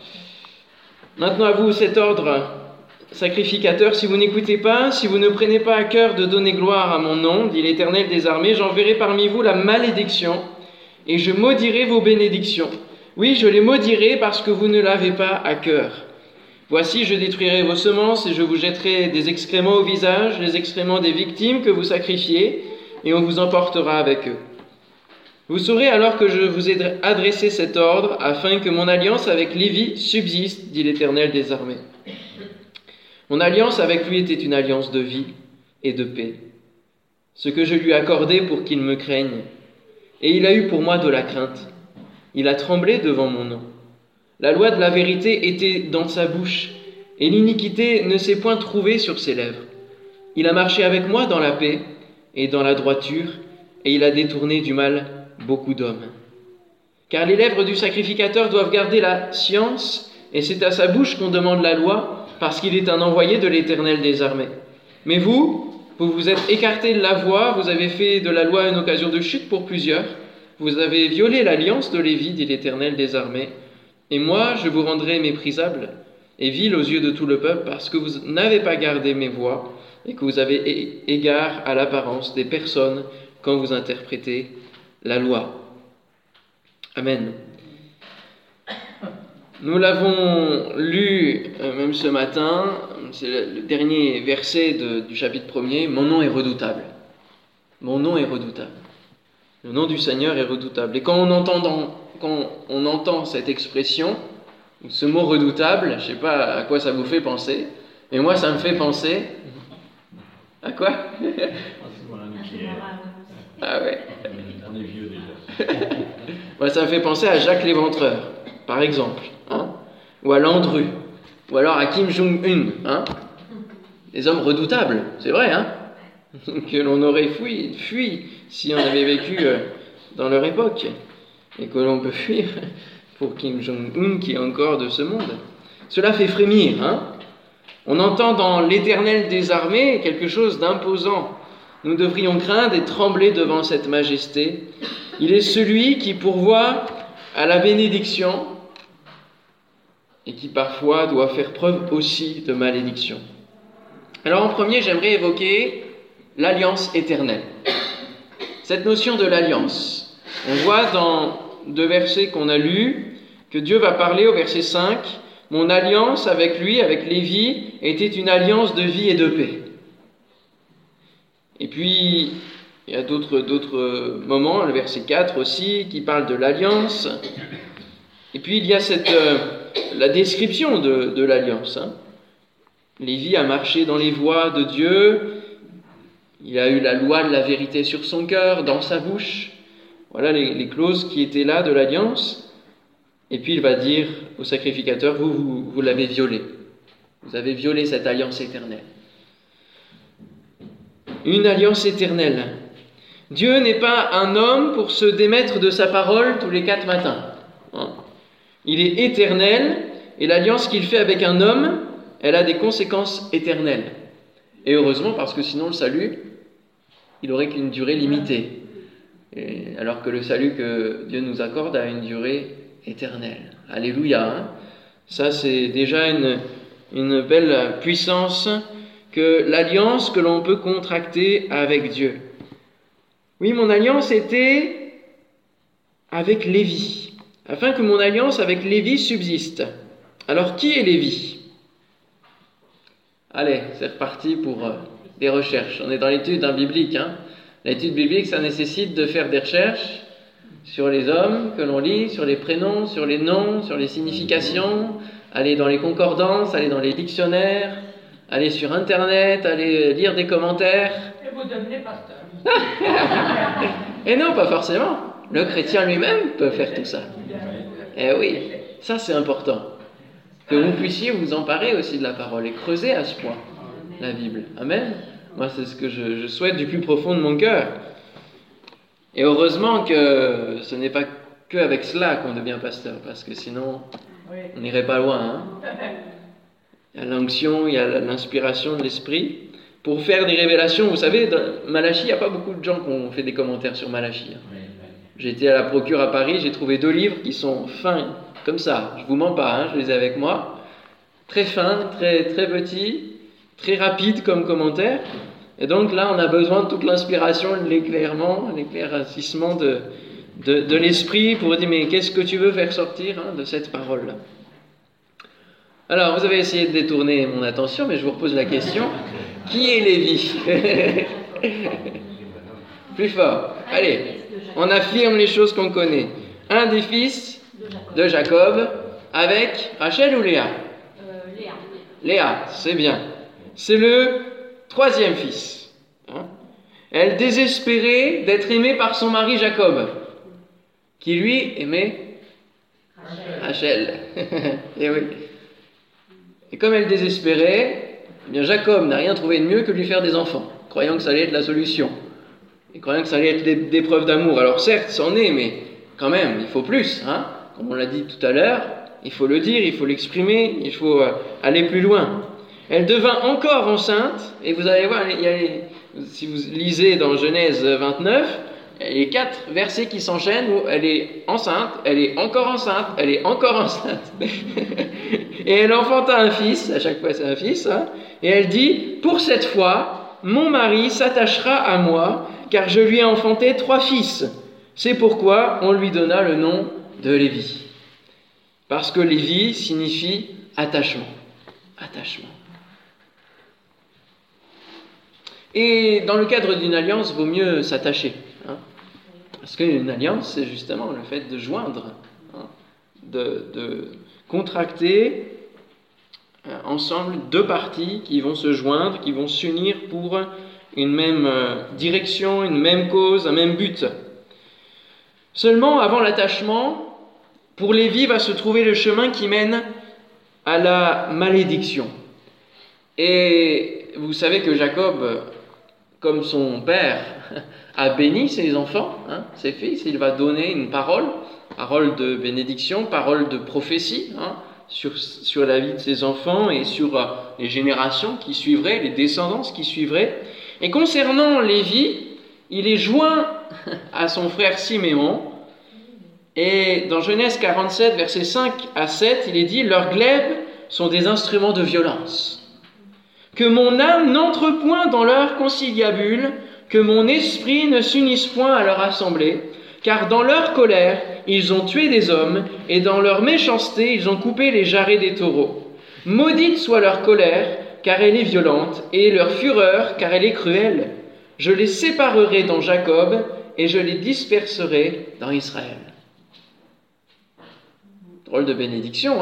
Maintenant à vous cet ordre sacrificateur, si vous n'écoutez pas, si vous ne prenez pas à cœur de donner gloire à mon nom, dit l'Éternel des armées, j'enverrai parmi vous la malédiction et je maudirai vos bénédictions. Oui, je les maudirai parce que vous ne l'avez pas à cœur. Voici, je détruirai vos semences et je vous jetterai des excréments au visage, les excréments des victimes que vous sacrifiez, et on vous emportera avec eux. Vous saurez alors que je vous ai adressé cet ordre, afin que mon alliance avec Lévi subsiste, dit l'Éternel des armées. Mon alliance avec lui était une alliance de vie et de paix, ce que je lui accordais pour qu'il me craigne. Et il a eu pour moi de la crainte. Il a tremblé devant mon nom. La loi de la vérité était dans sa bouche, et l'iniquité ne s'est point trouvée sur ses lèvres. Il a marché avec moi dans la paix et dans la droiture, et il a détourné du mal beaucoup d'hommes. Car les lèvres du sacrificateur doivent garder la science, et c'est à sa bouche qu'on demande la loi, parce qu'il est un envoyé de l'Éternel des armées. Mais vous vous êtes écartés de la voie, vous avez fait de la loi une occasion de chute pour plusieurs, vous avez violé l'alliance de Lévi, dit l'Éternel des armées. Et moi, je vous rendrai méprisable et vil aux yeux de tout le peuple, parce que vous n'avez pas gardé mes voies et que vous avez égard à l'apparence des personnes quand vous interprétez la loi. Amen. Nous l'avons lu même ce matin, c'est le dernier verset du chapitre 1er, « Mon nom est redoutable ». Mon nom est redoutable. Le nom du Seigneur est redoutable. Et quand on entend cette expression, ce mot redoutable, je ne sais pas à quoi ça vous fait penser, mais moi ça me fait penser... À quoi? Ah ouais. On est vieux déjà. Moi ça me fait penser à Jacques l'Éventreur, par exemple, ou à Landru, ou alors à Kim Jong-un, des hommes redoutables, c'est vrai, que l'on aurait fui si on avait vécu dans leur époque, et que l'on peut fuir pour Kim Jong-un qui est encore de ce monde. Cela fait frémir, On entend dans l'Éternel des armées quelque chose d'imposant. Nous devrions craindre et trembler devant cette majesté. Il est celui qui pourvoit à la bénédiction et qui parfois doit faire preuve aussi de malédiction. Alors en premier, j'aimerais évoquer l'alliance éternelle. Cette notion de l'alliance, on voit dans 2 versets qu'on a lus que Dieu va parler au verset 5 « Mon alliance avec lui, avec Lévi, était une alliance de vie et de paix. » Et puis, il y a d'autres moments, le verset 4 aussi, qui parle de l'alliance. Et puis, il y a la description de l'alliance. Lévi a marché dans les voies de Dieu, il a eu la loi de la vérité sur son cœur, dans sa bouche. Voilà les clauses qui étaient là de l'alliance. Et puis il va dire au sacrificateur, vous l'avez violé. Vous avez violé cette alliance éternelle. Une alliance éternelle. Dieu n'est pas un homme pour se démettre de sa parole tous les 4 matins. Il est éternel, et l'alliance qu'il fait avec un homme, elle a des conséquences éternelles. Et heureusement, parce que sinon le salut, il n'aurait qu'une durée limitée. Alors que le salut que Dieu nous accorde a une durée éternelle. Alléluia. Ça, c'est déjà une belle puissance que l'alliance que l'on peut contracter avec Dieu. Oui, mon alliance était avec Lévi, afin que mon alliance avec Lévi subsiste. Alors, qui est Lévi? Allez, c'est reparti pour des recherches. On est dans l'étude biblique. L'étude biblique, ça nécessite de faire des recherches sur les hommes que l'on lit, sur les prénoms, sur les noms, sur les significations, aller dans les concordances, aller dans les dictionnaires, aller sur Internet, aller lire des commentaires. Et vous devenez pasteur. Et non, pas forcément. Le chrétien lui-même peut faire tout ça. Eh oui, ça c'est important. Que vous puissiez vous emparer aussi de la parole et creuser à ce point la Bible. Amen. Moi, c'est ce que je souhaite du plus profond de mon cœur. Et heureusement que ce n'est pas qu'avec cela qu'on devient pasteur, parce que sinon, on n'irait pas loin. Il y a l'onction, il y a l'inspiration de l'esprit. Pour faire des révélations, vous savez, dans Malachie, il n'y a pas beaucoup de gens qui ont fait des commentaires sur Malachie. J'ai été à la Procure à Paris, j'ai trouvé 2 livres qui sont fins, comme ça, je ne vous mens pas, hein, je les ai avec moi, très fins, très, très petits, très rapides comme commentaire. Et donc là, on a besoin de toute l'inspiration, l'éclaircissement de l'esprit pour dire, mais qu'est-ce que tu veux faire sortir de cette parole-là? Alors, vous avez essayé de détourner mon attention, mais je vous repose la question. Qui est Lévi? Plus fort. Allez, on affirme les choses qu'on connaît. Un des fils de Jacob avec Rachel ou Léa? Léa. Léa, c'est bien. C'est le 3e fils. Elle désespérait d'être aimée par son mari Jacob, qui lui aimait Rachel. Et oui. Et comme elle désespérait, eh bien Jacob n'a rien trouvé de mieux que de lui faire des enfants, croyant que ça allait être la solution. Et croyant que ça allait être des preuves d'amour. Alors certes, c'en est, mais quand même, il faut plus. Comme on l'a dit tout à l'heure, il faut le dire, il faut l'exprimer, il faut aller plus loin. Elle devint encore enceinte, et vous allez voir, si vous lisez dans Genèse 29, il y a 4 versets qui s'enchaînent où elle est enceinte, elle est encore enceinte, elle est encore enceinte. Et elle enfanta un fils, à chaque fois c'est un fils, et elle dit, pour cette fois, mon mari s'attachera à moi, car je lui ai enfanté 3 fils. C'est pourquoi on lui donna le nom de Lévi. Parce que Lévi signifie attachement. Attachement. Et dans le cadre d'une alliance, vaut mieux s'attacher. Parce qu'une alliance, c'est justement le fait de joindre, de contracter ensemble 2 parties qui vont se joindre, qui vont s'unir pour une même direction, une même cause, un même but. Seulement, avant l'attachement, pour Lévi va se trouver le chemin qui mène à la malédiction. Et vous savez que Jacob, comme son père, a béni ses enfants, ses fils. Il va donner une parole de bénédiction, parole de prophétie, sur la vie de ses enfants et sur les générations qui suivraient, les descendances qui suivraient. Et concernant Lévi, il est joint à son frère Siméon. Et dans Genèse 47, versets 5 à 7, il est dit « Leurs glaives sont des instruments de violence. Que mon âme n'entre point dans leur conciliabule, que mon esprit ne s'unisse point à leur assemblée, car dans leur colère, ils ont tué des hommes, et dans leur méchanceté, ils ont coupé les jarrets des taureaux. Maudite soit leur colère, car elle est violente, et leur fureur, car elle est cruelle. Je les séparerai dans Jacob, et je les disperserai dans Israël. » Drôle de bénédiction,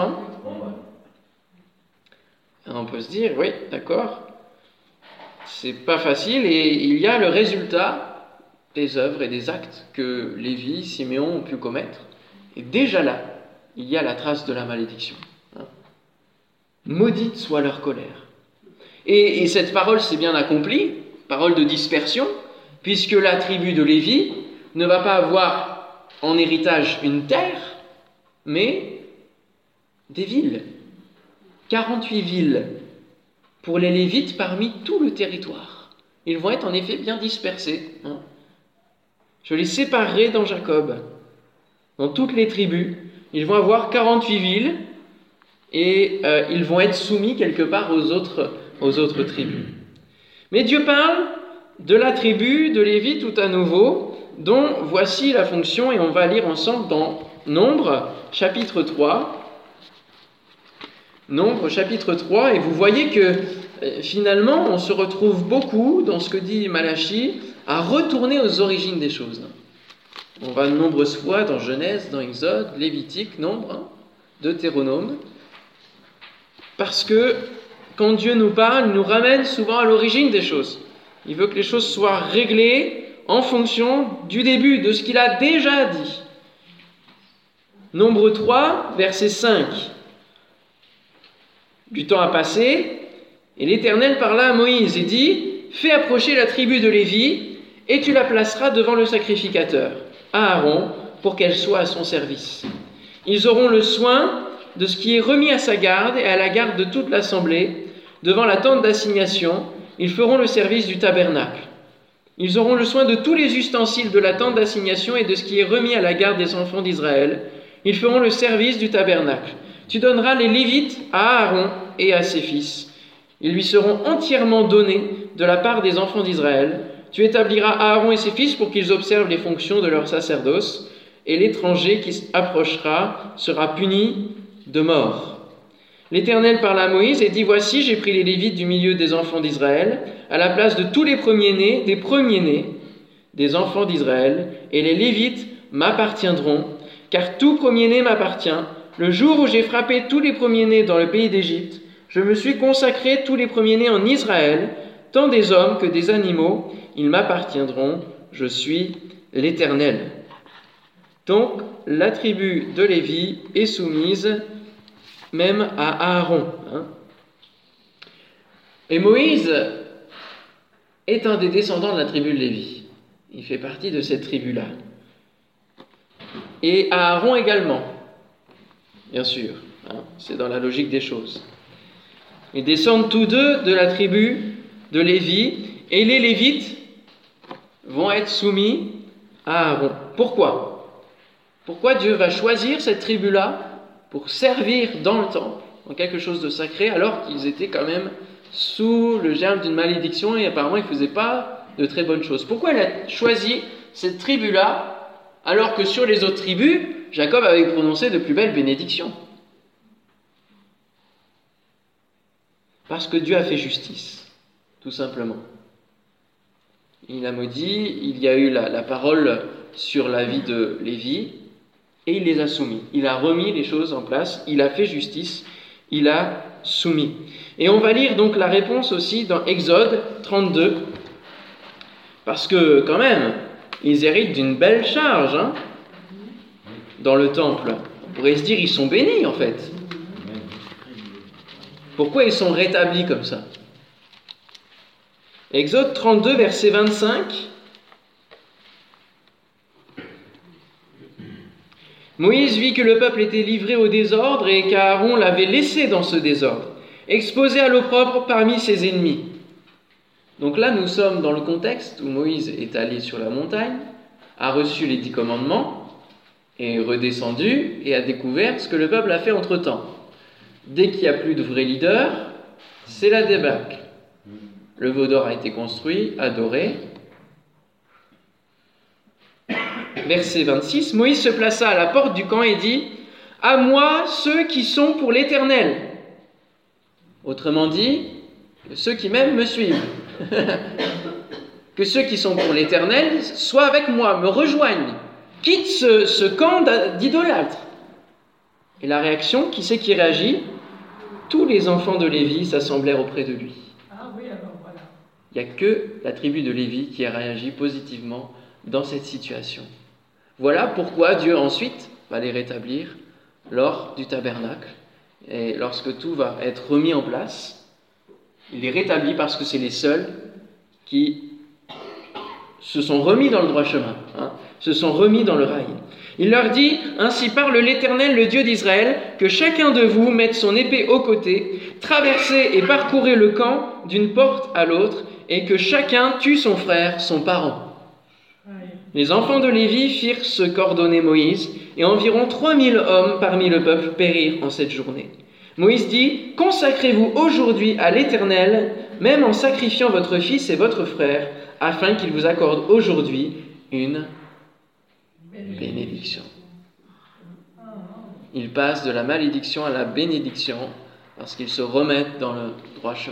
On peut se dire, oui, d'accord, c'est pas facile, et il y a le résultat des œuvres et des actes que Lévi, Siméon ont pu commettre. Et déjà là, il y a la trace de la malédiction. Maudite soit leur colère. Et cette parole s'est bien accomplie, parole de dispersion, puisque la tribu de Lévi ne va pas avoir en héritage une terre, mais des villes. 48 villes pour les Lévites parmi tout le territoire. Ils vont être en effet bien dispersés. Je les séparerai dans Jacob, dans toutes les tribus. Ils vont avoir 48 villes et ils vont être soumis quelque part aux autres tribus. Mais Dieu parle de la tribu de Lévi tout à nouveau, dont voici la fonction, et on va lire ensemble dans Nombre, chapitre 3. Nombre, chapitre 3, et vous voyez que finalement, on se retrouve beaucoup dans ce que dit Malachie, à retourner aux origines des choses. On va de nombreuses fois dans Genèse, dans Exode, Lévitique, Nombre, Deutéronome, parce que quand Dieu nous parle, il nous ramène souvent à l'origine des choses. Il veut que les choses soient réglées en fonction du début, de ce qu'il a déjà dit. Nombre 3, verset 5. Du temps a passé, et l'Éternel parla à Moïse et dit « Fais approcher la tribu de Lévi, et tu la placeras devant le sacrificateur, Aaron, pour qu'elle soit à son service. Ils auront le soin de ce qui est remis à sa garde et à la garde de toute l'assemblée, devant la tente d'assignation, ils feront le service du tabernacle. Ils auront le soin de tous les ustensiles de la tente d'assignation et de ce qui est remis à la garde des enfants d'Israël. Ils feront le service du tabernacle. Tu donneras les Lévites à Aaron et à ses fils. Ils lui seront entièrement donnés de la part des enfants d'Israël. Tu établiras Aaron et ses fils pour qu'ils observent les fonctions de leur sacerdoce, et l'étranger qui s'approchera sera puni de mort. L'Éternel parla à Moïse et dit, « Voici, j'ai pris les Lévites du milieu des enfants d'Israël, à la place de tous les premiers-nés, des enfants d'Israël, et les Lévites m'appartiendront, car tout premier-né m'appartient. Le jour où j'ai frappé tous les premiers-nés dans le pays d'Égypte, je me suis consacré tous les premiers-nés en Israël, tant des hommes que des animaux, ils m'appartiendront, je suis l'Éternel. » Donc, la tribu de Lévi est soumise même à Aaron. Et Moïse est un des descendants de la tribu de Lévi. Il fait partie de cette tribu-là. Et Aaron également, bien sûr. C'est dans la logique des choses. Ils descendent tous deux de la tribu de Lévi, et les Lévites vont être soumis à Aaron. Pourquoi Dieu va choisir cette tribu-là pour servir dans le temple, en quelque chose de sacré, alors qu'ils étaient quand même sous le germe d'une malédiction et apparemment ils ne faisaient pas de très bonnes choses. Pourquoi il a choisi cette tribu-là, alors que sur les autres tribus, Jacob avait prononcé de plus belles bénédictions? Parce que Dieu a fait justice, tout simplement. Il a maudit, il y a eu la parole sur la vie de Lévi, et il les a soumis. Il a remis les choses en place, il a fait justice, il a soumis. Et on va lire donc la réponse aussi dans Exode 32, parce que quand même, ils héritent d'une belle charge dans le temple. On pourrait se dire, ils sont bénis en fait. Pourquoi ils sont rétablis comme ça? Exode 32, verset 25. Moïse vit que le peuple était livré au désordre et qu'Aaron l'avait laissé dans ce désordre, exposé à l'opprobre parmi ses ennemis. Donc là, nous sommes dans le contexte où Moïse est allé sur la montagne, a reçu les 10 commandements, est redescendu et a découvert ce que le peuple a fait entre-temps. Dès qu'il n'y a plus de vrai leader, c'est la débâcle. Le veau d'or a été construit, adoré. Verset 26, Moïse se plaça à la porte du camp et dit, « À moi, ceux qui sont pour l'Éternel. » Autrement dit, ceux qui même me suivent. Que ceux qui sont pour l'Éternel soient avec moi, me rejoignent. Quitte ce camp d'idolâtres. Et la réaction, qui c'est qui réagit? Tous les enfants de Lévi s'assemblèrent auprès de lui. Ah oui, alors voilà. Il n'y a que la tribu de Lévi qui a réagi positivement dans cette situation. Voilà pourquoi Dieu ensuite va les rétablir lors du tabernacle. Et lorsque tout va être remis en place, il les rétablit parce que c'est les seuls qui se sont remis dans le droit chemin, se sont remis dans le rail. Il leur dit, « Ainsi parle l'Éternel, le Dieu d'Israël, que chacun de vous mette son épée au côté, traversez et parcourez le camp d'une porte à l'autre, et que chacun tue son frère, son parent. » Les enfants de Lévi firent ce qu'ordonnait Moïse, et environ 3000 hommes parmi le peuple périrent en cette journée. Moïse dit, « Consacrez-vous aujourd'hui à l'Éternel, même en sacrifiant votre fils et votre frère, afin qu'il vous accorde aujourd'hui une bénédiction. » Ils passent de la malédiction à la bénédiction parce qu'ils se remettent dans le droit chemin.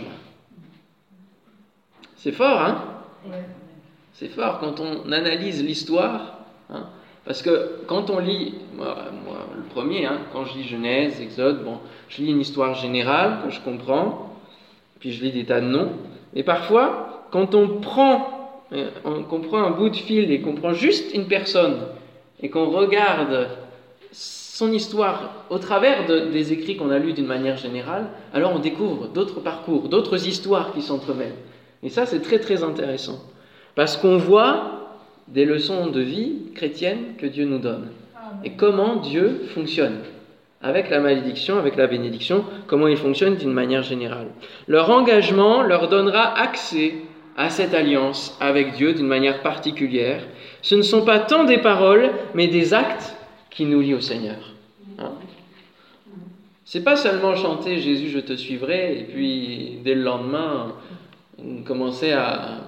C'est fort, hein? C'est fort quand on analyse l'histoire, parce que quand on lit, moi le premier, quand je lis Genèse, Exode, je lis une histoire générale que je comprends, puis je lis des tas de noms, et parfois, quand on prend un bout de fil et qu'on prend juste une personne, et qu'on regarde son histoire au travers des écrits qu'on a lus d'une manière générale, alors on découvre d'autres parcours, d'autres histoires qui s'entremêlent. Et ça, c'est très très intéressant. Parce qu'on voit des leçons de vie chrétienne que Dieu nous donne. Et comment Dieu fonctionne. Avec la malédiction, avec la bénédiction, comment il fonctionne d'une manière générale. Leur engagement leur donnera accès à cette alliance avec Dieu d'une manière particulière. Ce ne sont pas tant des paroles, mais des actes qui nous lient au Seigneur. Hein? C'est pas seulement chanter Jésus, je te suivrai, et puis dès le lendemain, on commençait à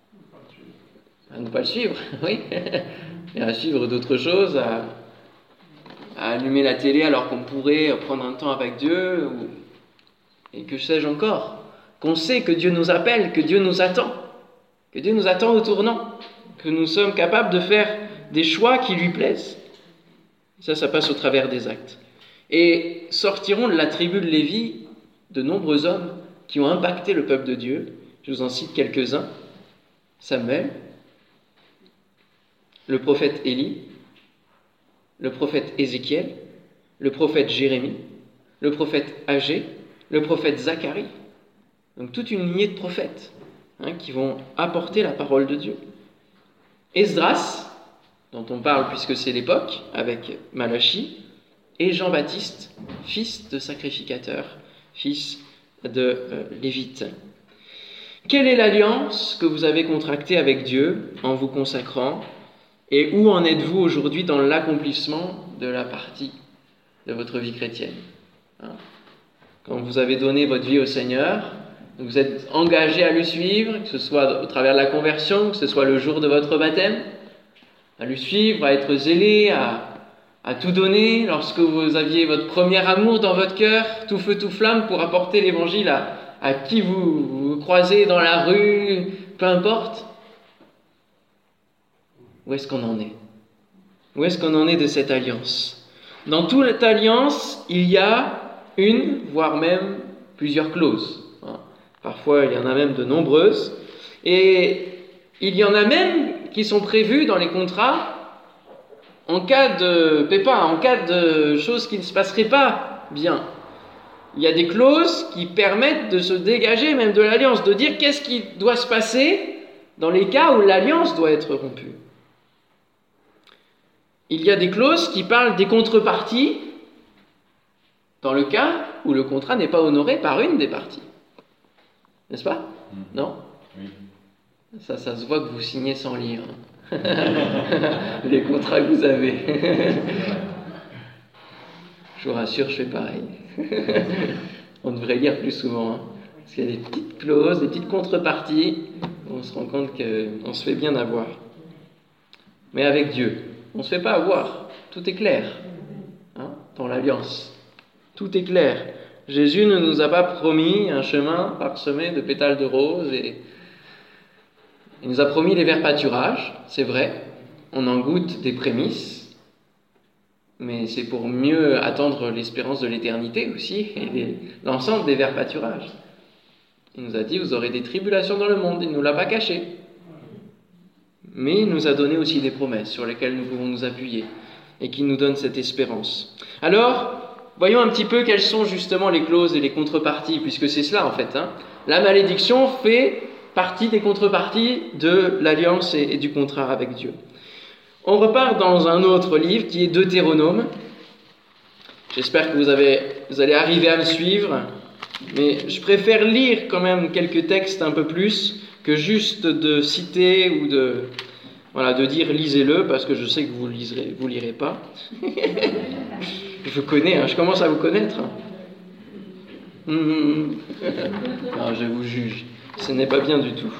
ne pas le suivre, oui, et à suivre d'autres choses, à allumer la télé alors qu'on pourrait prendre un temps avec Dieu, et que sais-je encore, qu'on sait que Dieu nous appelle, que Dieu nous attend au tournant, que nous sommes capables de faire des choix qui lui plaisent. Ça passe au travers des actes. Et sortiront de la tribu de Lévi de nombreux hommes qui ont impacté le peuple de Dieu. Je vous en cite quelques-uns. Samuel, le prophète Élie, le prophète Ézéchiel, le prophète Jérémie, le prophète Agé, le prophète Zacharie. Donc toute une lignée de prophètes qui vont apporter la parole de Dieu. Esdras, dont on parle puisque c'est l'époque, avec Malachie, et Jean-Baptiste, fils de sacrificateur, fils de Lévite. Quelle est l'alliance que vous avez contractée avec Dieu en vous consacrant, et où en êtes-vous aujourd'hui dans l'accomplissement de la partie de votre vie chrétienne? Quand vous avez donné votre vie au Seigneur, vous êtes engagé à le suivre, que ce soit au travers de la conversion, que ce soit le jour de votre baptême, à le suivre, à être zélé, à tout donner lorsque vous aviez votre premier amour dans votre cœur, tout feu, tout flamme, pour apporter l'évangile à qui vous croisez dans la rue, peu importe. Où est-ce qu'on en est? Où est-ce qu'on en est de cette alliance? Dans toute alliance, il y a une, voire même plusieurs clauses. Parfois, il y en a même de nombreuses. Et il y en a même qui sont prévues dans les contrats en cas de pépin, en cas de choses qui ne se passeraient pas bien. Il y a des clauses qui permettent de se dégager même de l'alliance, de dire qu'est-ce qui doit se passer dans les cas où l'alliance doit être rompue. Il y a des clauses qui parlent des contreparties dans le cas où le contrat n'est pas honoré par une des parties. N'est-ce pas? Non? Oui. Ça se voit que vous signez sans lire. Les contrats que vous avez. Je vous rassure, je fais pareil. On devrait lire plus souvent. Parce qu'il y a des petites clauses, des petites contreparties. On se rend compte qu'on se fait bien avoir. Mais avec Dieu, on ne se fait pas avoir. Tout est clair dans l'alliance. Tout est clair. Jésus ne nous a pas promis un chemin parsemé de pétales de rose et il nous a promis les verts pâturages, c'est vrai. On en goûte des prémices, mais c'est pour mieux attendre l'espérance de l'éternité aussi et l'ensemble des verts pâturages. Il nous a dit, vous aurez des tribulations dans le monde, il ne nous l'a pas caché. Mais il nous a donné aussi des promesses sur lesquelles nous pouvons nous appuyer et qui nous donnent cette espérance. Alors, voyons un petit peu quelles sont justement les clauses et les contreparties, puisque c'est cela en fait. La malédiction fait partie des contreparties de l'alliance et du contrat avec Dieu. On repart dans un autre livre qui est Deutéronome. J'espère que vous allez arriver à me suivre, mais je préfère lire quand même quelques textes un peu plus que juste de citer ou de dire lisez-le, parce que je sais que vous lirez pas. Je vous connais, je commence à vous connaître. Non, je vous juge. Ce n'est pas bien du tout.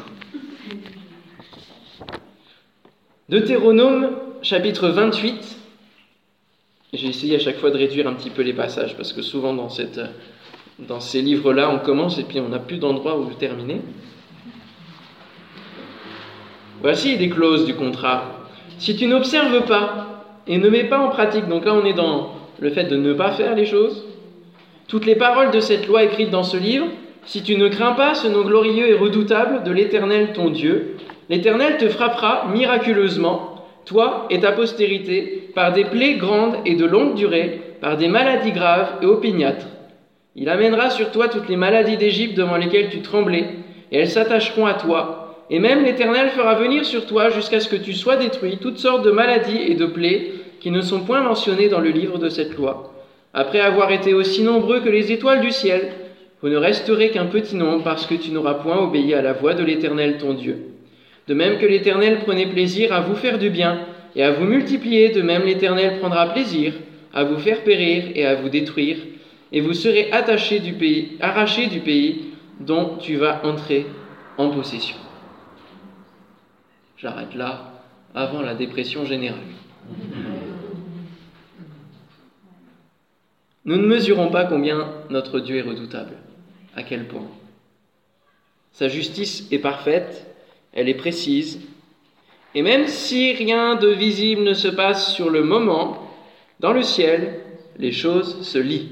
Deutéronome, chapitre 28. J'ai essayé à chaque fois de réduire un petit peu les passages, parce que souvent dans ces livres-là, on commence et puis on n'a plus d'endroit où terminer. Voici les clauses du contrat. Si tu n'observes pas et ne mets pas en pratique, donc là on est dans le fait de ne pas faire les choses, toutes les paroles de cette loi écrites dans ce livre, si tu ne crains pas ce nom glorieux et redoutable de l'Éternel ton Dieu, l'Éternel te frappera miraculeusement, toi et ta postérité, par des plaies grandes et de longue durée, par des maladies graves et opiniâtres. Il amènera sur toi toutes les maladies d'Égypte devant lesquelles tu tremblais, et elles s'attacheront à toi. Et même l'Éternel fera venir sur toi jusqu'à ce que tu sois détruit toutes sortes de maladies et de plaies qui ne sont point mentionnées dans le livre de cette loi. Après avoir été aussi nombreux que les étoiles du ciel, vous ne resterez qu'un petit nombre parce que tu n'auras point obéi à la voix de l'Éternel ton Dieu. De même que l'Éternel prenait plaisir à vous faire du bien et à vous multiplier, de même l'Éternel prendra plaisir à vous faire périr et à vous détruire, et vous serez arrachés du pays dont tu vas entrer en possession. J'arrête là, avant la dépression générale. Nous ne mesurons pas combien notre Dieu est redoutable, à quel point. Sa justice est parfaite, elle est précise, et même si rien de visible ne se passe sur le moment, dans le ciel, les choses se lient.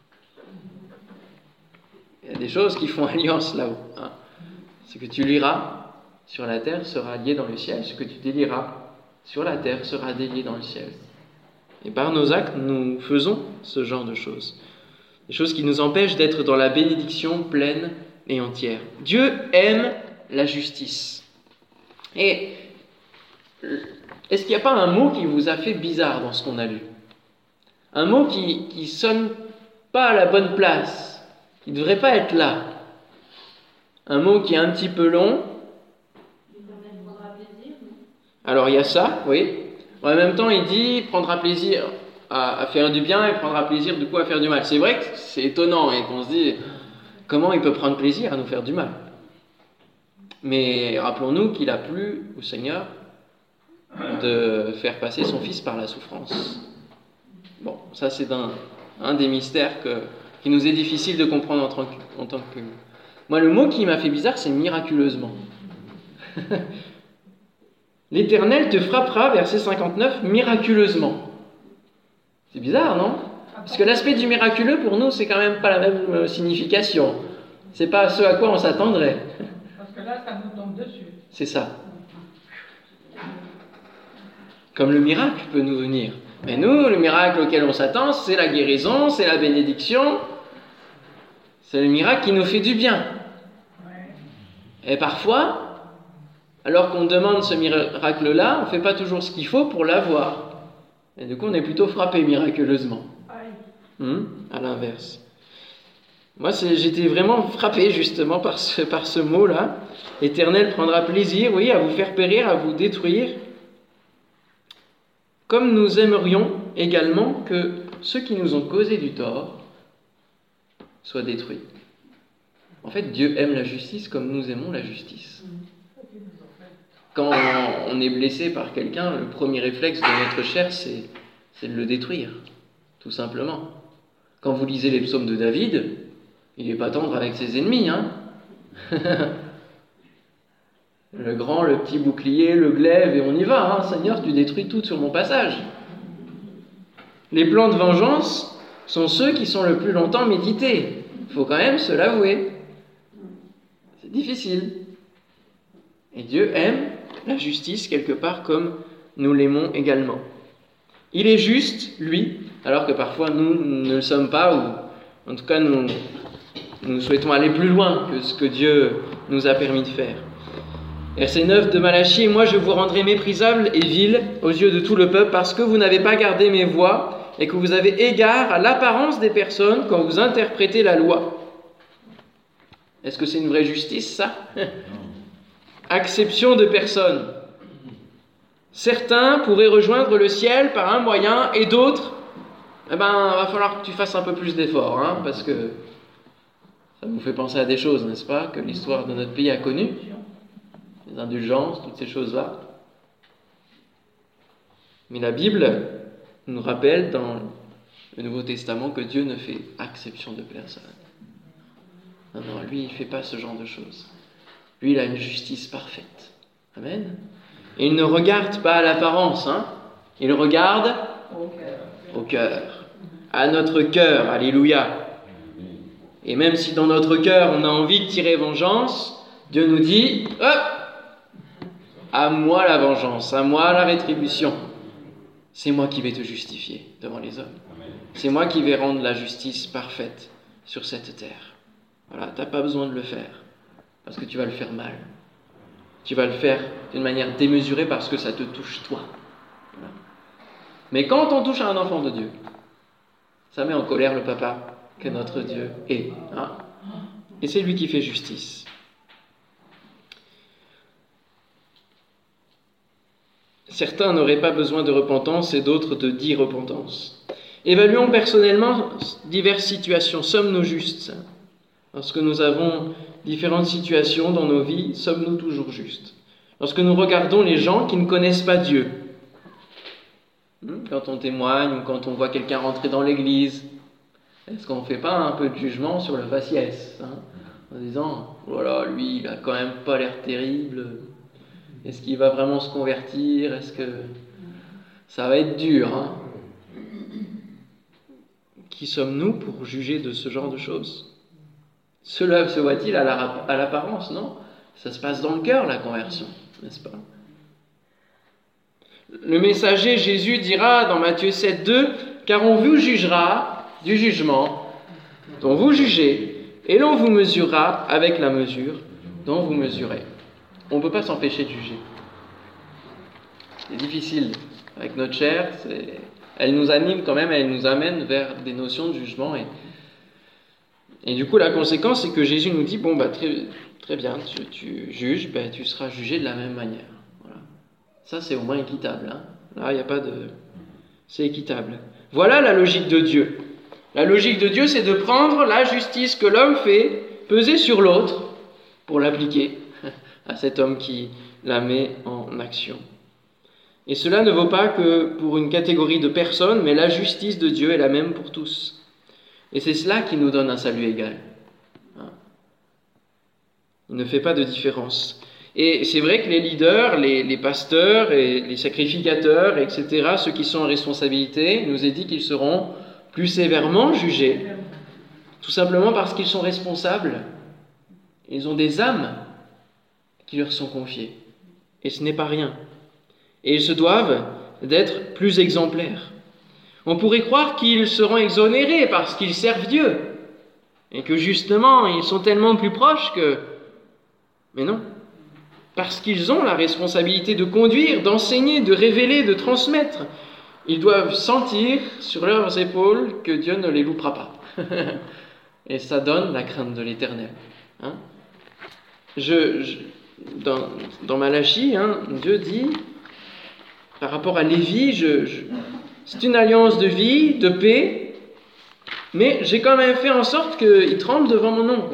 Il y a des choses qui font alliance là-haut. Ce que tu liras sur la terre sera lié dans le ciel, ce que tu délieras sur la terre sera délié dans le ciel. Et par nos actes, nous faisons ce genre de choses. Des choses qui nous empêchent d'être dans la bénédiction pleine et entière. Dieu aime la justice. Et est-ce qu'il n'y a pas un mot qui vous a fait bizarre dans ce qu'on a lu? Un mot qui sonne pas à la bonne place, qui ne devrait pas être là. Un mot qui est un petit peu long. Alors il y a ça, oui. En même temps, il dit prendra plaisir à faire du bien et prendra plaisir du coup à faire du mal. C'est vrai que c'est étonnant et qu'on se dit comment il peut prendre plaisir à nous faire du mal. Mais rappelons-nous qu'il a plu au Seigneur de faire passer son Fils par la souffrance. Bon, ça c'est un des mystères qui nous est difficile de comprendre en tant que... Moi, le mot qui m'a fait bizarre, c'est miraculeusement. L'Éternel te frappera, verset 59, miraculeusement. C'est bizarre, non? Parce que l'aspect du miraculeux, pour nous, c'est quand même pas la même signification. C'est pas ce à quoi on s'attendrait. Parce que là, ça nous tombe dessus. C'est ça. Comme le miracle peut nous venir. Mais nous, le miracle auquel on s'attend, c'est la guérison, c'est la bénédiction. C'est le miracle qui nous fait du bien. Et parfois, alors qu'on demande ce miracle-là, on ne fait pas toujours ce qu'il faut pour l'avoir. Et du coup, on est plutôt frappé miraculeusement. À l'inverse. Moi, j'étais vraiment frappé justement par ce mot-là. L'Éternel prendra plaisir, oui, à vous faire périr, à vous détruire. Comme nous aimerions également que ceux qui nous ont causé du tort soient détruits. En fait, Dieu aime la justice comme nous aimons la justice. Quand on est blessé par quelqu'un, le premier réflexe de notre chair, c'est de le détruire, tout simplement. Quand vous lisez les psaumes de David, il n'est pas tendre avec ses ennemis, hein. Le grand, le petit bouclier, le glaive, et on y va, hein. Seigneur, tu détruis tout sur mon passage. Les plans de vengeance sont ceux qui sont le plus longtemps médités. Il faut quand même se l'avouer. C'est difficile. Et Dieu aime la justice quelque part comme nous l'aimons également. Il est juste, lui, alors que parfois nous ne le sommes pas, ou en tout cas nous souhaitons aller plus loin que ce que Dieu nous a permis de faire. Verset 9 de Malachie, « Moi je vous rendrai méprisable et vil aux yeux de tout le peuple parce que vous n'avez pas gardé mes voies et que vous avez égard à l'apparence des personnes quand vous interprétez la loi. » Est-ce que c'est une vraie justice, ça? Acception de personnes. Certains pourraient rejoindre le ciel par un moyen et d'autres, va falloir que tu fasses un peu plus d'efforts, hein, parce que ça vous fait penser à des choses, n'est-ce pas, que l'histoire de notre pays a connues. Les indulgences, toutes ces choses-là. Mais la Bible nous rappelle dans le Nouveau Testament que Dieu ne fait exception de personne. Non, lui, il ne fait pas ce genre de choses. Lui, il a une justice parfaite. Amen. Et il ne regarde pas à l'apparence, hein. Il regarde au cœur. À notre cœur, alléluia. Et même si dans notre cœur, on a envie de tirer vengeance, Dieu nous dit, hop, à moi la vengeance, à moi la rétribution. C'est moi qui vais te justifier devant les hommes. C'est moi qui vais rendre la justice parfaite sur cette terre. Voilà, tu n'as pas besoin de le faire, parce que tu vas le faire mal. Tu vas le faire d'une manière démesurée parce que ça te touche toi. Voilà. Mais quand on touche à un enfant de Dieu, ça met en colère le papa que notre Dieu est. Hein. Et c'est lui qui fait justice. Certains n'auraient pas besoin de repentance et d'autres de 10 repentances. Évaluons personnellement diverses situations. Sommes-nous justes? Lorsque nous avons différentes situations dans nos vies, sommes-nous toujours justes? Lorsque nous regardons les gens qui ne connaissent pas Dieu, quand on témoigne ou quand on voit quelqu'un rentrer dans l'église, est-ce qu'on ne fait pas un peu de jugement sur le faciès, en disant « Oh là, lui, il a quand même pas l'air terrible. Est-ce qu'il va vraiment se convertir? Est-ce que ça va être dur, hein ?» Qui sommes-nous pour juger de ce genre de choses? Cela se voit-il à l'apparence? Non. Ça se passe dans le cœur, la conversion, n'est-ce pas? Le messager Jésus dira dans Matthieu 7, 2 « Car on vous jugera du jugement dont vous jugez, et l'on vous mesurera avec la mesure dont vous mesurez. » On ne peut pas s'empêcher de juger. C'est difficile. Avec notre chair, elle nous anime quand même, elle nous amène vers des notions de jugement. Et du coup, la conséquence, c'est que Jésus nous dit, bon, très bien, tu juges, tu seras jugé de la même manière. Voilà. Ça, c'est au moins équitable. Là, il n'y a pas de... C'est équitable. Voilà la logique de Dieu. La logique de Dieu, c'est de prendre la justice que l'homme fait, peser sur l'autre, pour l'appliquer à cet homme qui la met en action. Et cela ne vaut pas que pour une catégorie de personnes, mais la justice de Dieu est la même pour tous. Et c'est cela qui nous donne un salut égal. Il ne fait pas de différence. Et c'est vrai que les leaders, les pasteurs, et les sacrificateurs, etc., ceux qui sont en responsabilité, il nous est dit qu'ils seront plus sévèrement jugés, tout simplement parce qu'ils sont responsables. Ils ont des âmes qui leur sont confiées. Et ce n'est pas rien. Et ils se doivent d'être plus exemplaires. On pourrait croire qu'ils seront exonérés parce qu'ils servent Dieu, et que justement, ils sont tellement plus proches que... Mais non, parce qu'ils ont la responsabilité de conduire, d'enseigner, de révéler, de transmettre. Ils doivent sentir sur leurs épaules que Dieu ne les loupera pas. Et ça donne la crainte de l'Éternel. Dans Malachie, Dieu dit, par rapport à Lévi, c'est une alliance de vie, de paix, mais j'ai quand même fait en sorte qu'il tremble devant mon nom.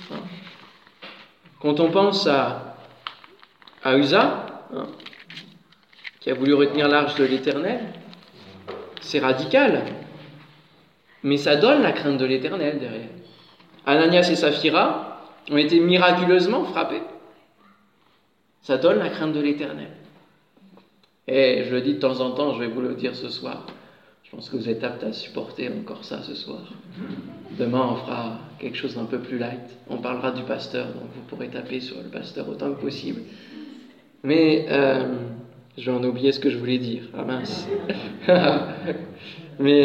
Quand on pense à Uza, qui a voulu retenir l'arche de l'Éternel, c'est radical, mais ça donne la crainte de l'Éternel derrière. Ananias et Saphira ont été miraculeusement frappés. Ça donne la crainte de l'Éternel. Et je le dis de temps en temps, je vais vous le dire ce soir. Je pense que vous êtes aptes à supporter encore ça ce soir. Demain, on fera quelque chose d'un peu plus light. On parlera du pasteur, donc vous pourrez taper sur le pasteur autant que possible. Mais je vais en oublier ce que je voulais dire. Ah mince. Mais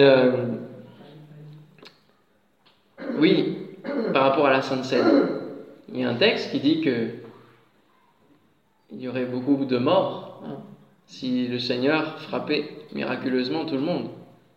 oui, par rapport à la Sainte Seine, il y a un texte qui dit que il y aurait beaucoup de morts si le Seigneur frappait miraculeusement tout le monde.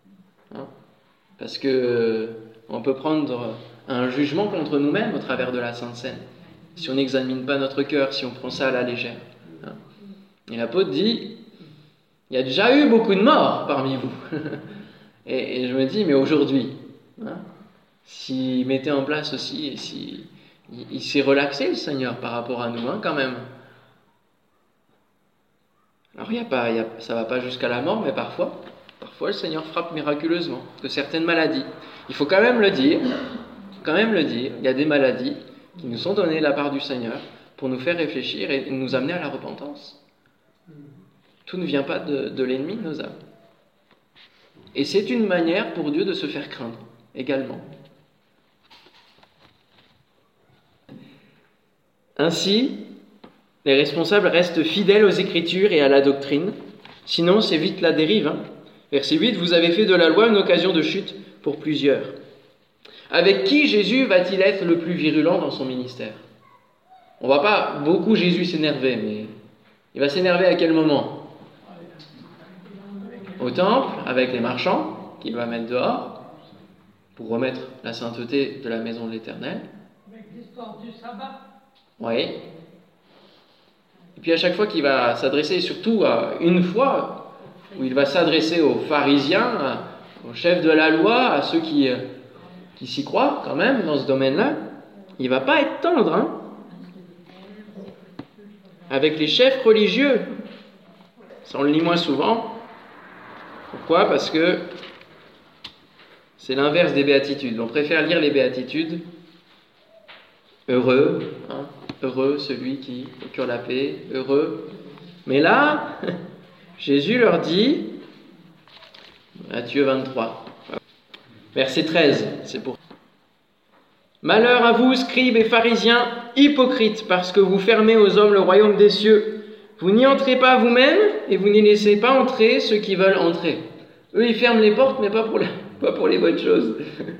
Parce que on peut prendre un jugement contre nous-mêmes au travers de la Sainte Seine, si on n'examine pas notre cœur, si on prend ça à la légère. Et l'apôtre dit, il y a déjà eu beaucoup de morts parmi vous. et je me dis, mais aujourd'hui, s'il mettait en place aussi, et si il s'est relaxé le Seigneur par rapport à nous, quand même. Alors ça va pas jusqu'à la mort, mais parfois le Seigneur frappe miraculeusement de certaines maladies. Il faut quand même le dire. Il y a des maladies qui nous sont données de la part du Seigneur pour nous faire réfléchir et nous amener à la repentance. Tout ne vient pas de l'ennemi de nos âmes. Et c'est une manière pour Dieu de se faire craindre également. Ainsi, les responsables restent fidèles aux Écritures et à la doctrine, sinon c'est vite la dérive. Verset 8, vous avez fait de la loi une occasion de chute pour plusieurs. Avec qui Jésus va-t-il être le plus virulent dans son ministère? On ne voit pas beaucoup Jésus s'énerver, mais il va s'énerver à quel moment? Au temple, avec les marchands, qu'il va mettre dehors, pour remettre la sainteté de la maison de l'Éternel. Avec l'histoire du sabbat. Oui. Et puis à chaque fois qu'il va s'adresser, surtout à une fois, où il va s'adresser aux pharisiens, aux chefs de la loi, à ceux qui s'y croient quand même dans ce domaine-là, il ne va pas être tendre, hein. Avec les chefs religieux, ça on le lit moins souvent. Pourquoi ? Parce que c'est l'inverse des béatitudes. On préfère lire les béatitudes. Heureux, hein, heureux celui qui procure la paix, heureux. Mais là, Jésus leur dit, Matthieu 23, verset 13, c'est pour. Malheur à vous, scribes et pharisiens, hypocrites, parce que vous fermez aux hommes le royaume des cieux. Vous n'y entrez pas vous-même et vous n'y laissez pas entrer ceux qui veulent entrer. Eux, ils ferment les portes, mais pas pour les bonnes choses.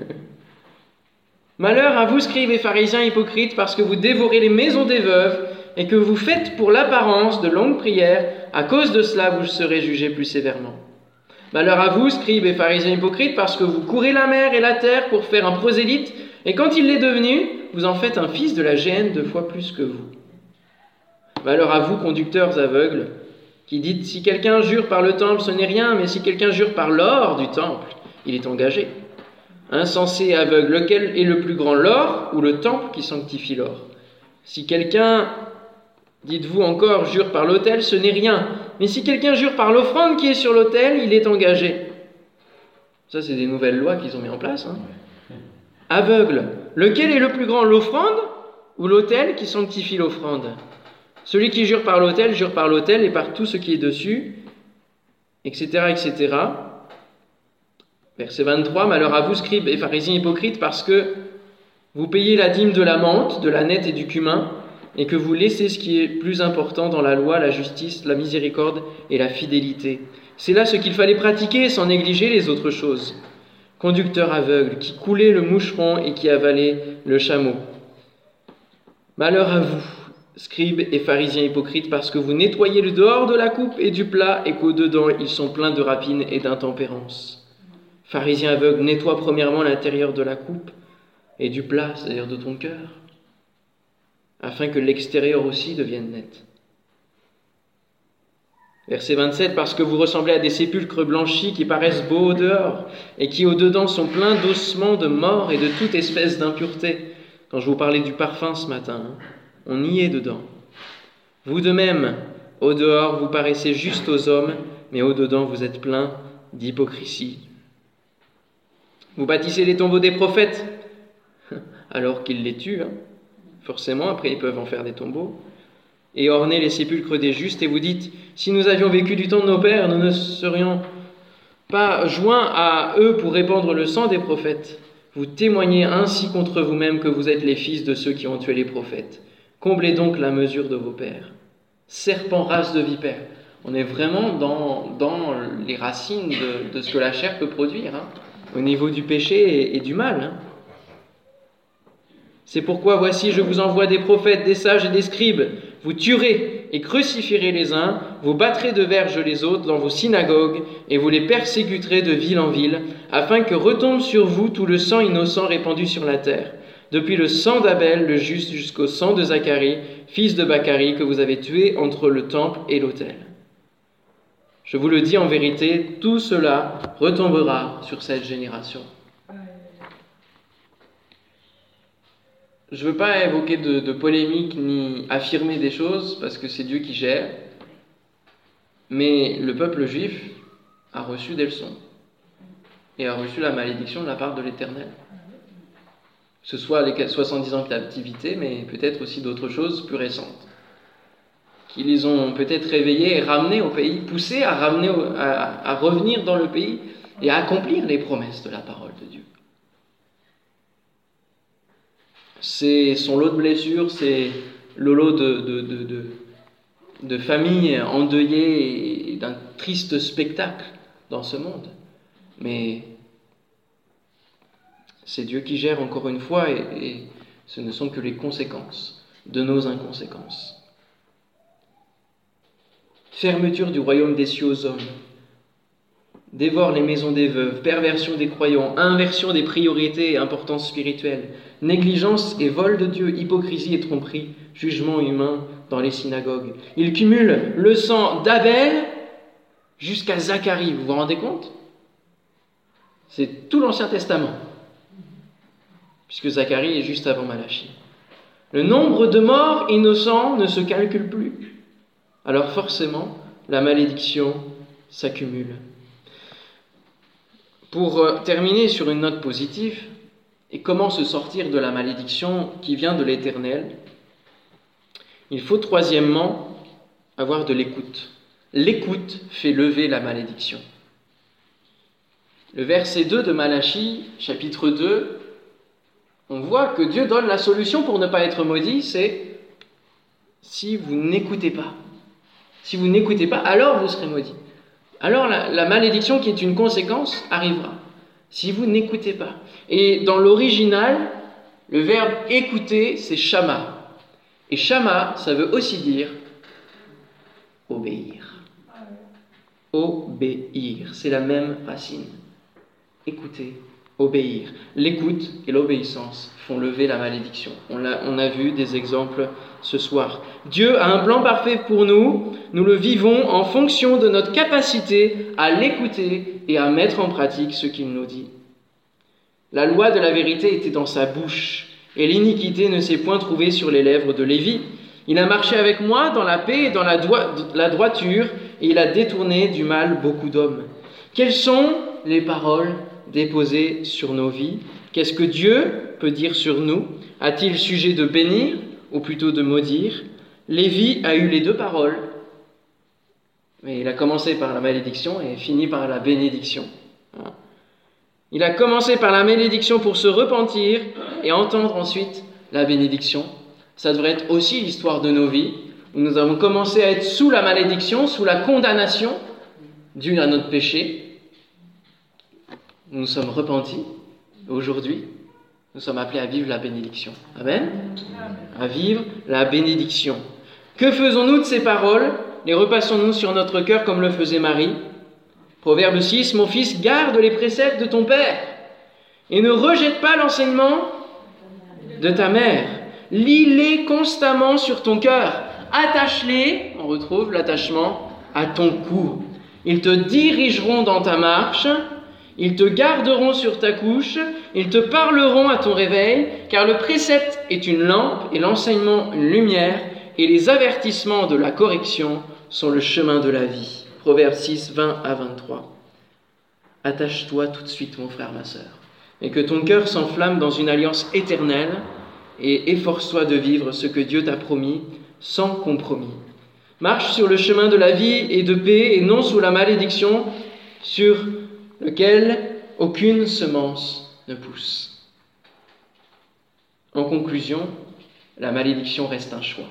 Malheur à vous, scribes et pharisiens hypocrites, parce que vous dévorez les maisons des veuves et que vous faites pour l'apparence de longues prières. À cause de cela, vous serez jugés plus sévèrement. Malheur à vous, scribes et pharisiens hypocrites, parce que vous courez la mer et la terre pour faire un prosélyte, et quand il l'est devenu, vous en faites un fils de la géhenne 2 fois plus que vous. Malheur à vous, conducteurs aveugles, qui dites, si quelqu'un jure par le temple, ce n'est rien, mais si quelqu'un jure par l'or du temple, il est engagé. Insensé et aveugle, lequel est le plus grand, l'or ou le temple qui sanctifie l'or ? Si quelqu'un, dites-vous encore, jure par l'autel, ce n'est rien, mais si quelqu'un jure par l'offrande qui est sur l'autel, il est engagé. Ça, c'est des nouvelles lois qu'ils ont mis en place, hein. Aveugle, lequel est le plus grand, l'offrande ou l'autel qui sanctifie l'offrande ? Celui qui jure par l'autel et par tout ce qui est dessus, etc., etc. Verset 23, malheur à vous, scribes et pharisiens hypocrites, parce que vous payez la dîme de la menthe, de l'ânette et du cumin, et que vous laissez ce qui est plus important dans la loi, la justice, la miséricorde et la fidélité. C'est là ce qu'il fallait pratiquer sans négliger les autres choses. Conducteur aveugle, qui coulait le moucheron et qui avalait le chameau. Malheur à vous, scribes et pharisiens hypocrites, parce que vous nettoyez le dehors de la coupe et du plat, et qu'au-dedans ils sont pleins de rapine et d'intempérance. Pharisiens aveugles, nettoie premièrement l'intérieur de la coupe et du plat, c'est-à-dire de ton cœur, afin que l'extérieur aussi devienne net. Verset 27, parce que vous ressemblez à des sépulcres blanchis qui paraissent beaux au dehors et qui au dedans sont pleins d'ossements de mort et de toute espèce d'impureté. Quand je vous parlais du parfum ce matin, on y est dedans. Vous de même, au dehors, vous paraissez juste aux hommes, mais au dedans, vous êtes pleins d'hypocrisie. Vous bâtissez les tombeaux des prophètes, alors qu'ils les tuent, hein. Forcément, après ils peuvent en faire des tombeaux. Et ornez les sépulcres des justes, et vous dites, si nous avions vécu du temps de nos pères, nous ne serions pas joints à eux pour répandre le sang des prophètes. Vous témoignez ainsi contre vous-même que vous êtes les fils de ceux qui ont tué les prophètes. Comblez donc la mesure de vos pères. Serpents, race de vipères. On est vraiment dans les racines de ce que la chair peut produire, hein, au niveau du péché et du mal, hein. C'est pourquoi, voici, je vous envoie des prophètes, des sages et des scribes. Vous tuerez et crucifierez les uns, vous battrez de verges les autres dans vos synagogues, et vous les persécuterez de ville en ville, afin que retombe sur vous tout le sang innocent répandu sur la terre, depuis le sang d'Abel, le juste, jusqu'au sang de Zacharie, fils de Bachari, que vous avez tué entre le temple et l'autel. Je vous le dis en vérité, tout cela retombera sur cette génération. Je ne veux pas évoquer de polémique ni affirmer des choses, parce que c'est Dieu qui gère, mais le peuple juif a reçu des leçons et a reçu la malédiction de la part de l'Éternel. Que ce soit les 70 ans de captivité, mais peut-être aussi d'autres choses plus récentes, qui les ont peut-être réveillés et ramenés au pays, poussés à revenir dans le pays et à accomplir les promesses de la parole de Dieu. C'est son lot de blessures, c'est le lot de familles endeuillées et d'un triste spectacle dans ce monde. Mais c'est Dieu qui gère encore une fois et ce ne sont que les conséquences de nos inconséquences. Fermeture du royaume des cieux aux hommes. Dévore les maisons des veuves, perversion des croyants, inversion des priorités et importance spirituelle, négligence et vol de Dieu, hypocrisie et tromperie, jugement humain dans les synagogues. Il cumule le sang d'Abel jusqu'à Zacharie, vous vous rendez compte ? C'est tout l'Ancien Testament, puisque Zacharie est juste avant Malachie. Le nombre de morts innocents ne se calcule plus. Alors forcément, la malédiction s'accumule. Pour terminer sur une note positive, et comment se sortir de la malédiction qui vient de l'Éternel, il faut troisièmement avoir de l'écoute. L'écoute fait lever la malédiction. Le verset 2 de Malachie, chapitre 2, on voit que Dieu donne la solution pour ne pas être maudit, c'est si vous n'écoutez pas. Si vous n'écoutez pas, alors vous serez maudit. Alors la malédiction qui est une conséquence arrivera. Si vous n'écoutez pas. Et dans l'original, le verbe écouter, c'est shama. Et shama, ça veut aussi dire obéir. Obéir, c'est la même racine. Écouter, obéir. L'écoute et l'obéissance font lever la malédiction. On a vu des exemples ce soir. Dieu a un plan parfait pour nous. Nous le vivons en fonction de notre capacité à l'écouter et à mettre en pratique ce qu'il nous dit. La loi de la vérité était dans sa bouche, et l'iniquité ne s'est point trouvée sur les lèvres de Lévi. Il a marché avec moi dans la paix et dans la droiture, et il a détourné du mal beaucoup d'hommes. Quelles sont les paroles déposées sur nos vies? Qu'est-ce que Dieu peut dire sur nous? A-t-il sujet de bénir ou plutôt de maudire? Lévi a eu les deux paroles, mais il a commencé par la malédiction et fini par la bénédiction. Il a commencé par la malédiction pour se repentir et entendre ensuite la bénédiction. Ça devrait être aussi l'histoire de nos vies, où nous avons commencé à être sous la malédiction, sous la condamnation due à notre péché. Nous nous sommes repentis. Aujourd'hui, nous sommes appelés à vivre la bénédiction. Amen. À vivre la bénédiction. Que faisons-nous de ces paroles? Les repassons-nous sur notre cœur comme le faisait Marie? Proverbe 6, « Mon fils, garde les préceptes de ton père et ne rejette pas l'enseignement de ta mère. Lis-les constamment sur ton cœur. Attache-les, on retrouve l'attachement, à ton cou. Ils te dirigeront dans ta marche, ils te garderont sur ta couche, ils te parleront à ton réveil, car le précepte est une lampe et l'enseignement une lumière, et les avertissements de la correction sont le chemin de la vie. » Proverbe 6, 20 à 23. Attache-toi tout de suite, mon frère, ma sœur, et que ton cœur s'enflamme dans une alliance éternelle, et efforce-toi de vivre ce que Dieu t'a promis, sans compromis. Marche sur le chemin de la vie et de paix, et non sous la malédiction sur lequel aucune semence ne pousse. En conclusion, la malédiction reste un choix.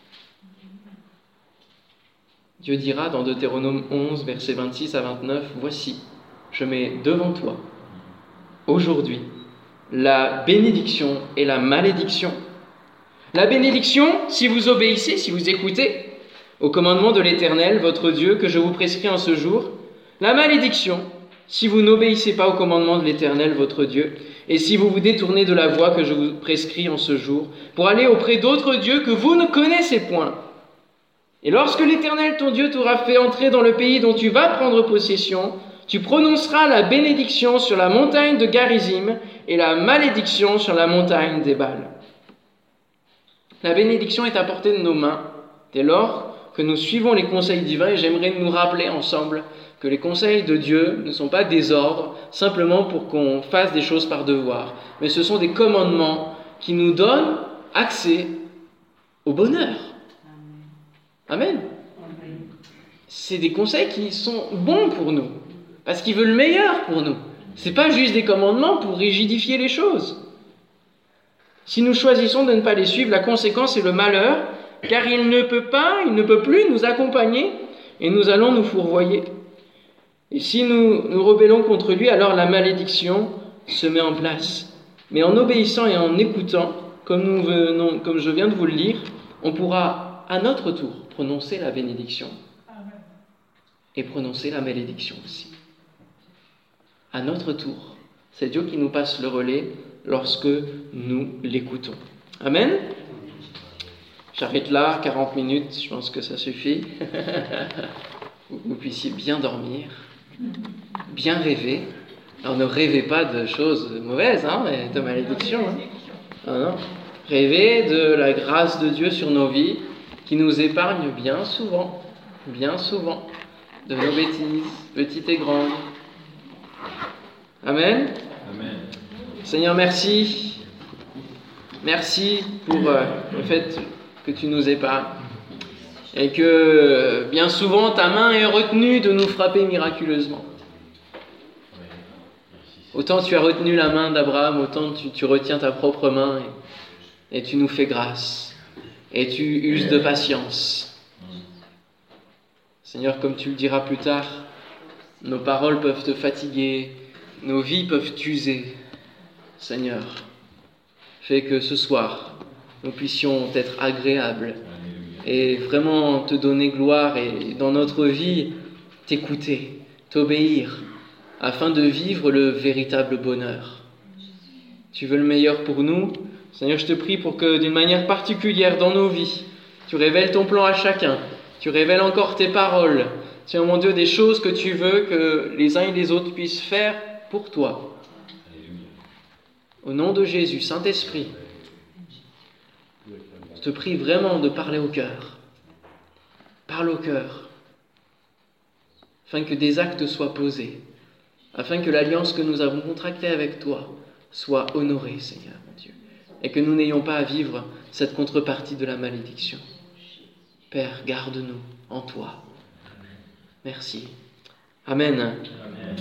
Dieu dira dans Deutéronome 11, versets 26 à 29, « Voici, je mets devant toi, aujourd'hui, la bénédiction et la malédiction. La bénédiction, si vous obéissez, si vous écoutez au commandement de l'Éternel, votre Dieu, que je vous prescris en ce jour. La malédiction, si vous n'obéissez pas au commandement de l'Éternel, votre Dieu, et si vous vous détournez de la voie que je vous prescris en ce jour, pour aller auprès d'autres dieux que vous ne connaissez point. Et lorsque l'Éternel, ton Dieu, t'aura fait entrer dans le pays dont tu vas prendre possession, tu prononceras la bénédiction sur la montagne de Garizim et la malédiction sur la montagne d'Ébal. La bénédiction est à portée de nos mains dès lors que nous suivons les conseils divins, et j'aimerais nous rappeler ensemble que les conseils de Dieu ne sont pas des ordres simplement pour qu'on fasse des choses par devoir, mais ce sont des commandements qui nous donnent accès au bonheur. Amen. C'est des conseils qui sont bons pour nous, parce qu'il veut le meilleur pour nous. Ce n'est pas juste des commandements pour rigidifier les choses. Si nous choisissons de ne pas les suivre, la conséquence est le malheur, car il ne peut plus nous accompagner et nous allons nous fourvoyer. Et si nous nous rebellons contre lui, alors la malédiction se met en place. Mais en obéissant et en écoutant, comme je viens de vous le lire, on pourra à notre tour prononcer la bénédiction et prononcer la malédiction aussi. À notre tour, c'est Dieu qui nous passe le relais lorsque nous l'écoutons. Amen. J'arrête là, 40 minutes, je pense que ça suffit. Vous puissiez bien dormir, bien rêver, Alors ne rêvez pas de choses mauvaises, et de malédictions. Non. Rêvez de la grâce de Dieu sur nos vies, qui nous épargne bien souvent, de nos bêtises, petites et grandes. Amen. Amen. Seigneur, merci. Merci pour le fait que tu nous épargnes. Et que bien souvent ta main est retenue de nous frapper miraculeusement. Autant tu as retenu la main d'Abraham, autant tu retiens ta propre main et tu nous fais grâce. Et tu uses de patience. Seigneur, comme tu le diras plus tard, nos paroles peuvent te fatiguer, nos vies peuvent t'user. Seigneur, fais que ce soir, nous puissions être agréables et vraiment te donner gloire et dans notre vie, t'écouter, t'obéir, afin de vivre le véritable bonheur. Tu veux le meilleur pour nous. Seigneur, je te prie pour que d'une manière particulière dans nos vies, tu révèles ton plan à chacun, tu révèles encore tes paroles. Seigneur mon Dieu, des choses que tu veux que les uns et les autres puissent faire pour toi. Au nom de Jésus, Saint-Esprit, je te prie vraiment de parler au cœur. Parle au cœur, afin que des actes soient posés, afin que l'alliance que nous avons contractée avec toi soit honorée, Seigneur mon Dieu, et que nous n'ayons pas à vivre cette contrepartie de la malédiction. Père, garde-nous en toi. Merci. Amen.